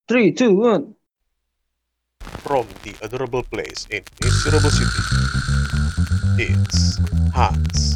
Three, two, one. From the adorable place in miserable city, it's Hans.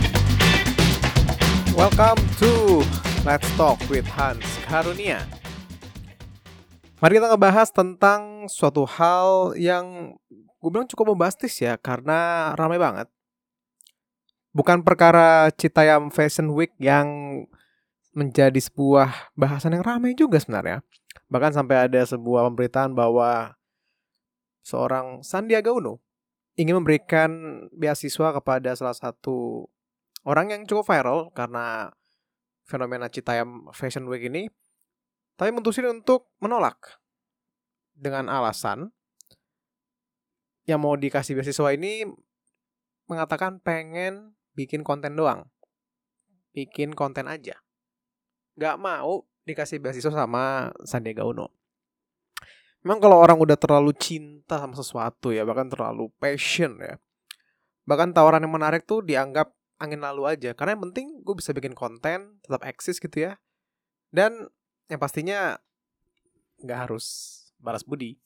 Welcome to Let's Talk with Hans Karunia. Mari kita ngebahas tentang suatu hal yang gue bilang cukup bombastis ya, karena ramai banget. Bukan perkara Citayam Fashion Week yang menjadi sebuah bahasan yang ramai juga sebenarnya. Bahkan sampai ada sebuah pemberitaan bahwa seorang Sandiaga Uno ingin memberikan beasiswa kepada salah satu orang yang cukup viral karena fenomena Citayam Fashion Week ini, tapi memutuskan untuk menolak dengan alasan yang mau dikasih beasiswa ini mengatakan pengen bikin konten doang, bikin konten aja, gak mau dikasih beasiswa sama Sandiaga Uno. Memang kalau orang udah terlalu cinta sama sesuatu ya, bahkan terlalu passion ya, bahkan tawaran yang menarik tuh dianggap angin lalu aja. Karena yang penting gue bisa bikin konten, tetap eksis gitu ya. Dan yang pastinya gak harus balas budi.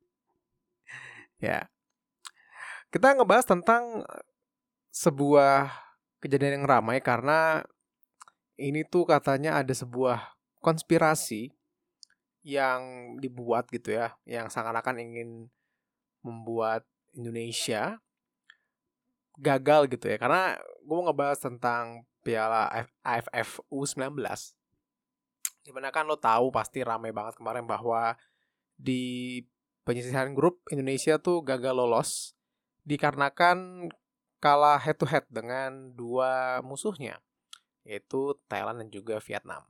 Ya, kita ngebahas tentang sebuah kejadian yang ramai karena ini tuh katanya ada sebuah konspirasi yang dibuat gitu ya, yang seakan-akan ingin membuat Indonesia gagal gitu ya. Karena gue mau ngebahas tentang Piala AFF U19, dimana kan lo tahu pasti ramai banget kemarin bahwa di penyisihan grup Indonesia tuh gagal lolos dikarenakan kalah head to head dengan dua musuhnya, yaitu Thailand dan juga Vietnam.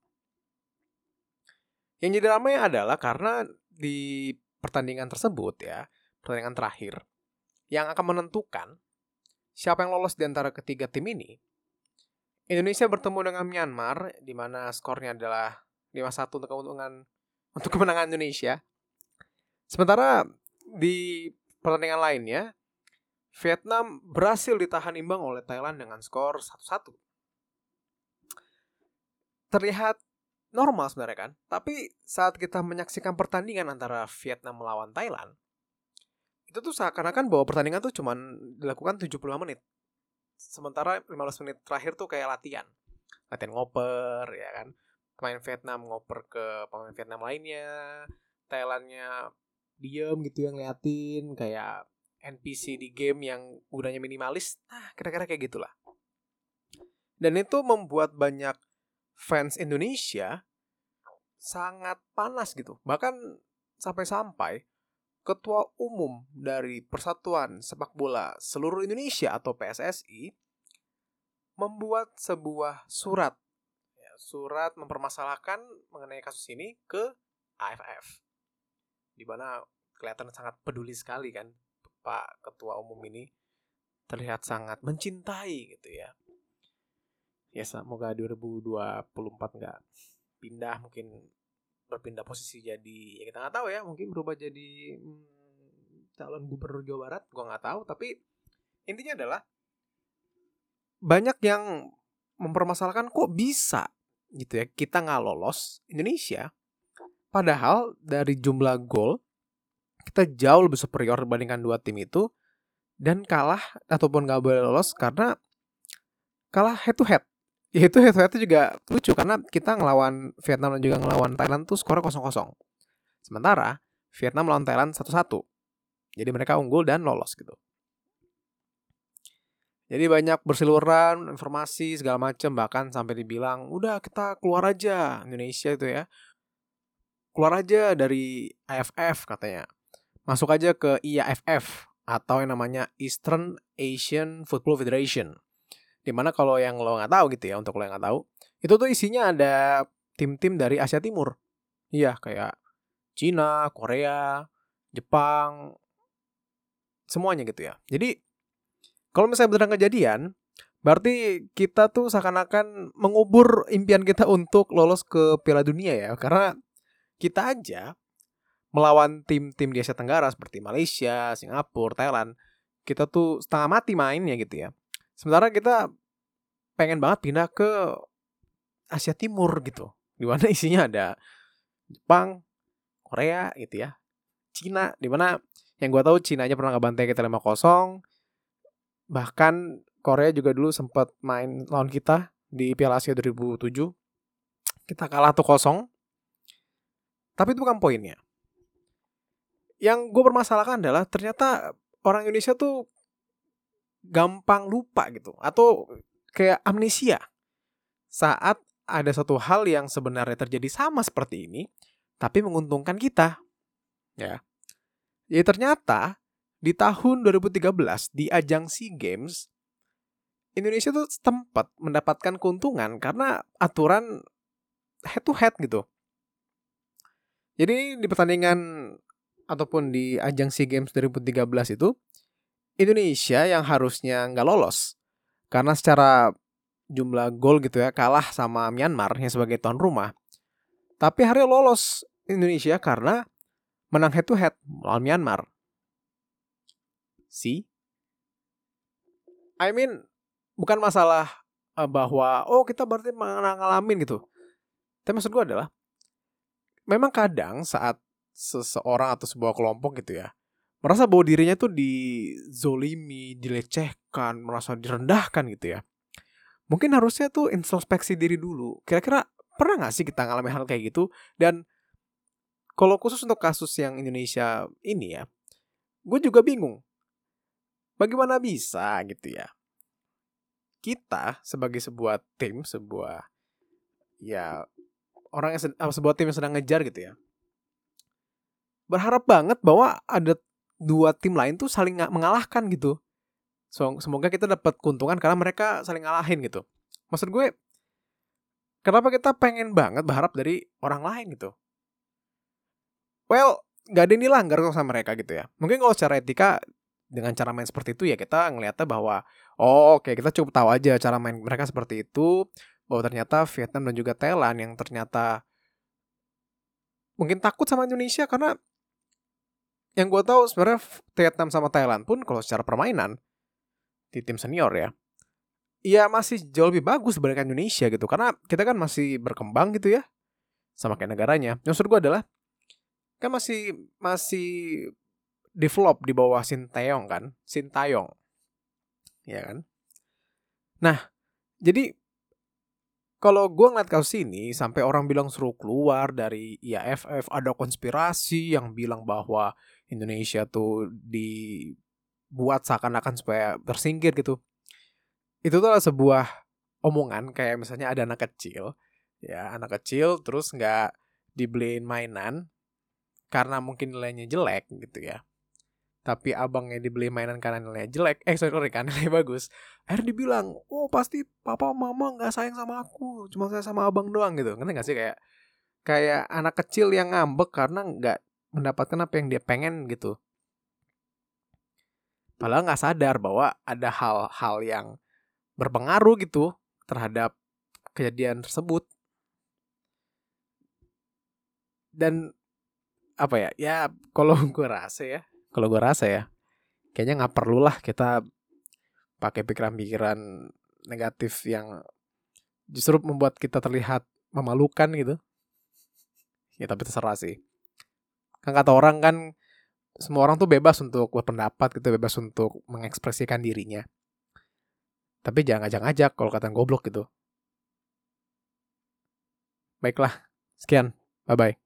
Yang jadi ramai adalah karena di pertandingan tersebut ya, pertandingan terakhir yang akan menentukan siapa yang lolos di antara ketiga tim ini, Indonesia bertemu dengan Myanmar, di mana skornya adalah 5-1 untuk kemenangan Indonesia. Sementara di pertandingan lainnya, Vietnam berhasil ditahan imbang oleh Thailand dengan skor 1-1. Terlihat normal sebenarnya kan, tapi saat kita menyaksikan pertandingan antara Vietnam melawan Thailand, itu tuh seakan-akan bahwa pertandingan tuh cuma dilakukan 75 menit. Sementara 15 menit terakhir tuh kayak latihan ngoper ya kan. Pemain Vietnam ngoper ke pemain Vietnam lainnya, Thailandnya diem gitu yang ngeliatin kayak NPC di game yang gunanya minimalis. Kira-kira kayak gitulah. Dan itu membuat banyak fans Indonesia sangat panas gitu. Bahkan sampai-sampai Ketua Umum dari Persatuan Sepak Bola Seluruh Indonesia atau PSSI membuat sebuah surat mempermasalahkan mengenai kasus ini ke AFF, di mana kelihatan sangat peduli sekali kan Pak Ketua Umum ini, terlihat sangat mencintai gitu ya. Ya semoga 2024 nggak mungkin berpindah posisi jadi, ya kita nggak tahu ya, mungkin berubah jadi calon gubernur Jawa Barat, gue nggak tahu. Tapi intinya adalah banyak yang mempermasalahkan kok bisa gitu ya kita nggak lolos Indonesia, padahal dari jumlah gol kita jauh lebih superior dibandingkan dua tim itu, dan kalah ataupun nggak boleh lolos karena kalah head to head. Yaitu head to head itu juga lucu karena kita ngelawan Vietnam dan juga ngelawan Thailand tuh skornya 0-0. Sementara Vietnam melawan Thailand 1-1. Jadi mereka unggul dan lolos gitu. Jadi banyak berseliweran informasi segala macam, bahkan sampai dibilang udah kita keluar aja Indonesia itu ya. Keluar aja dari AFF katanya. Masuk aja ke IAFF atau yang namanya Eastern Asian Football Federation. Dimana kalau yang lo nggak tahu gitu ya, untuk lo yang nggak tahu, itu tuh isinya ada tim-tim dari Asia Timur. Iya, kayak Cina, Korea, Jepang, semuanya gitu ya. Jadi kalau misalnya beneran kejadian, berarti kita tuh seakan-akan mengubur impian kita untuk lolos ke Piala Dunia ya. Karena kita aja melawan tim-tim di Asia Tenggara seperti Malaysia, Singapura, Thailand, kita tuh setengah mati mainnya gitu ya. Sementara kita pengen banget pindah ke Asia Timur gitu, di mana isinya ada Jepang, Korea gitu ya. Cina, dimana yang gue tahu Cinanya pernah ngebantai kita 5-0. Bahkan Korea juga dulu sempat main lawan kita di Piala Asia 2007. Kita kalah 1-0. Tapi itu bukan poinnya. Yang gue permasalahkan adalah ternyata orang Indonesia tuh gampang lupa gitu. Atau kayak amnesia. Saat ada satu hal yang sebenarnya terjadi sama seperti ini, tapi menguntungkan kita. Ya. Jadi ternyata di tahun 2013 di ajang SEA Games, Indonesia tuh sempat mendapatkan keuntungan karena aturan head to head gitu. Jadi di pertandingan ataupun di ajang SEA Games 2013 itu, Indonesia yang harusnya nggak lolos karena secara jumlah gol gitu ya kalah sama Myanmar yang sebagai tuan rumah. Tapi hari lolos Indonesia karena menang head to head lawan Myanmar. See? I mean, bukan masalah bahwa kita berarti ngalamin gitu. Tapi maksud gue adalah memang kadang saat seseorang atau sebuah kelompok gitu ya merasa bahwa dirinya tuh dizolimi, dilecehkan, merasa direndahkan gitu ya. Mungkin harusnya tuh introspeksi diri dulu. Kira-kira pernah gak sih kita ngalamin hal kayak gitu? Dan kalau khusus untuk kasus yang Indonesia ini ya, gue juga bingung. Bagaimana bisa gitu ya kita sebagai sebuah tim, sebuah sebuah tim yang sedang ngejar gitu ya, berharap banget bahwa ada dua tim lain tuh saling mengalahkan gitu. So, semoga kita dapat keuntungan karena mereka saling ngalahin gitu. Maksud gue, kenapa kita pengen banget berharap dari orang lain gitu? Well, gak ada yang dilanggar sama mereka gitu ya. Mungkin kalau secara etika dengan cara main seperti itu ya kita ngeliatnya bahwa oke, kita cukup tahu aja cara main mereka seperti itu, bahwa ternyata Vietnam dan juga Thailand yang ternyata mungkin takut sama Indonesia karena yang gue tahu sebenarnya Vietnam sama Thailand pun kalau secara permainan di tim senior ya masih jauh lebih bagus dibandingkan Indonesia gitu karena kita kan masih berkembang gitu ya sama kayak negaranya. Yang maksud gue adalah kan masih develop di bawah Sintayong ya kan. Nah jadi kalau gue ngeliat kasus ini sampai orang bilang suruh keluar dari IAFF, ada konspirasi yang bilang bahwa Indonesia tuh dibuat seakan-akan supaya tersingkir gitu. Itu tuh adalah sebuah omongan kayak misalnya ada anak kecil terus nggak dibeliin mainan karena mungkin nilainya jelek gitu ya. Tapi abangnya dibeli mainan karena nilainya jelek, karena nilainya bagus. Akhirnya dibilang, pasti papa mama gak sayang sama aku, cuma sayang sama abang doang gitu. Ngerti gak sih kayak anak kecil yang ngambek karena gak mendapatkan apa yang dia pengen gitu. Padahal gak sadar bahwa ada hal-hal yang berpengaruh gitu terhadap kejadian tersebut. Dan apa ya kalau gue rasa ya kayaknya nggak perlu lah kita pakai pikiran-pikiran negatif yang justru membuat kita terlihat memalukan gitu ya. Tapi terserah sih kan, kata orang kan semua orang tuh bebas untuk berpendapat gitu, bebas untuk mengekspresikan dirinya, tapi jangan ngajak-ngajak kalau kata goblok gitu. Baiklah, sekian, bye bye.